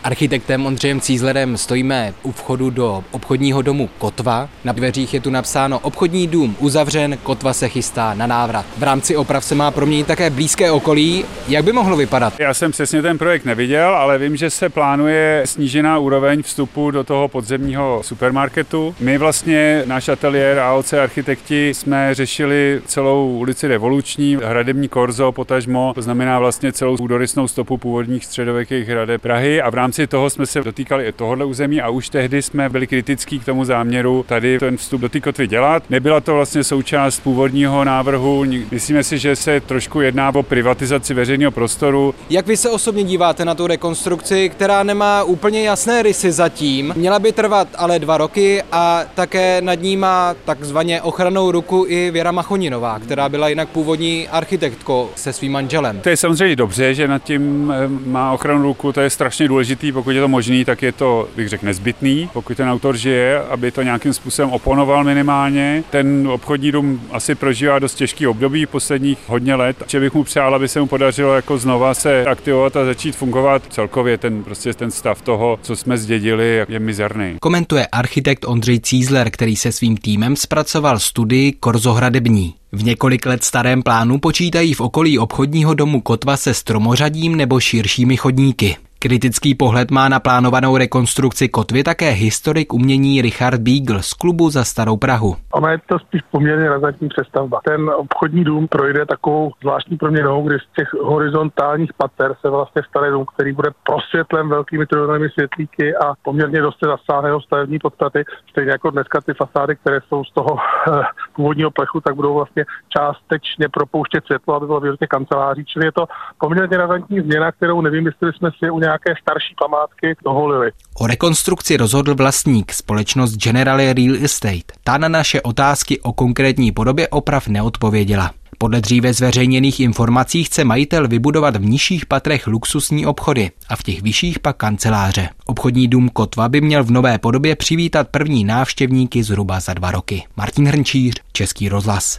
architektem Ondřejem Cízlerem stojíme u vchodu do obchodního domu Kotva. Na dveřích je tu napsáno: obchodní dům uzavřen, Kotva se chystá na návrat. V rámci oprav se má proměnit také blízké okolí. Jak by mohlo vypadat? Já jsem přesně ten projekt neviděl, ale vím, že se plánuje snížená úroveň vstupu do toho podzemního supermarketu. My vlastně, náš ateliér AOC Architekti, jsme řešili celou ulici Revoluční, hradební korzo, potažmo, to znamená vlastně celou půdorysnou stopu původních středověkých hradeb Prahy, a v rámci toho jsme se dotýkali i tohohle území a už tehdy jsme byli kritický k tomu záměru tady ten vstup do té kotvy dělat. Nebyla to vlastně součást původního návrhu. Myslíme si, že se trošku jedná o privatizaci veřejného prostoru. Jak vy se osobně díváte na tu rekonstrukci, která nemá úplně jasné rysy zatím? Měla by trvat ale 2 roky a také nad ní má takzvaně ochrannou ruku i Věra Machoninová, která byla jinak původní architektkou se svým manželem. To je samozřejmě dobře, že nad tím má ochrannou ruku, to je strašně důležitý, pokud je to možný, tak je to, bych řekl, nezbytný, pokud ten autor žije, aby to nějakým způsobem oponoval minimálně. Ten obchodní dům asi prožívá dost těžký období posledních hodně let, že bych mu přál, aby se mu podařilo jako znova se aktivovat a začít fungovat. Celkově ten stav toho, co jsme zdědili, je mizerný. Komentuje architekt Ondřej Cízler, který se svým týmem zpracoval studii Korzo hradební. V několik let starém plánu počítají v okolí obchodního domu Kotva se stromořadím nebo širšími chodníky. Kritický pohled má na plánovanou rekonstrukci kotvy také historik umění Richard Beagle z klubu Za starou Prahu. Ona je to spíš poměrně razantní přestavba. Ten obchodní dům projde takovou zvláštní proměnou, kdy z těch horizontálních pater se vlastně starý dům, který bude prosvětlen velkými trojúhelnými světlíky a poměrně dost se zasáhne do stavební podstaty, stejně jako dneska ty fasády, které jsou z toho původního plechu, tak budou vlastně částečně propouštět světlo, aby bylo vidět kanceláří, čili je to poměrně razantní změna, kterou nevím, jestli jsme si u nějaké starší památky dovolili. O rekonstrukci rozhodl vlastník, společnost General Real Estate. Ta na naše otázky o konkrétní podobě oprav neodpověděla. Podle dříve zveřejněných informací chce majitel vybudovat v nižších patrech luxusní obchody a v těch vyšších pak kanceláře. Obchodní dům Kotva by měl v nové podobě přivítat první návštěvníky zhruba za 2 roky. Martin Hrnčíř, Český rozhlas.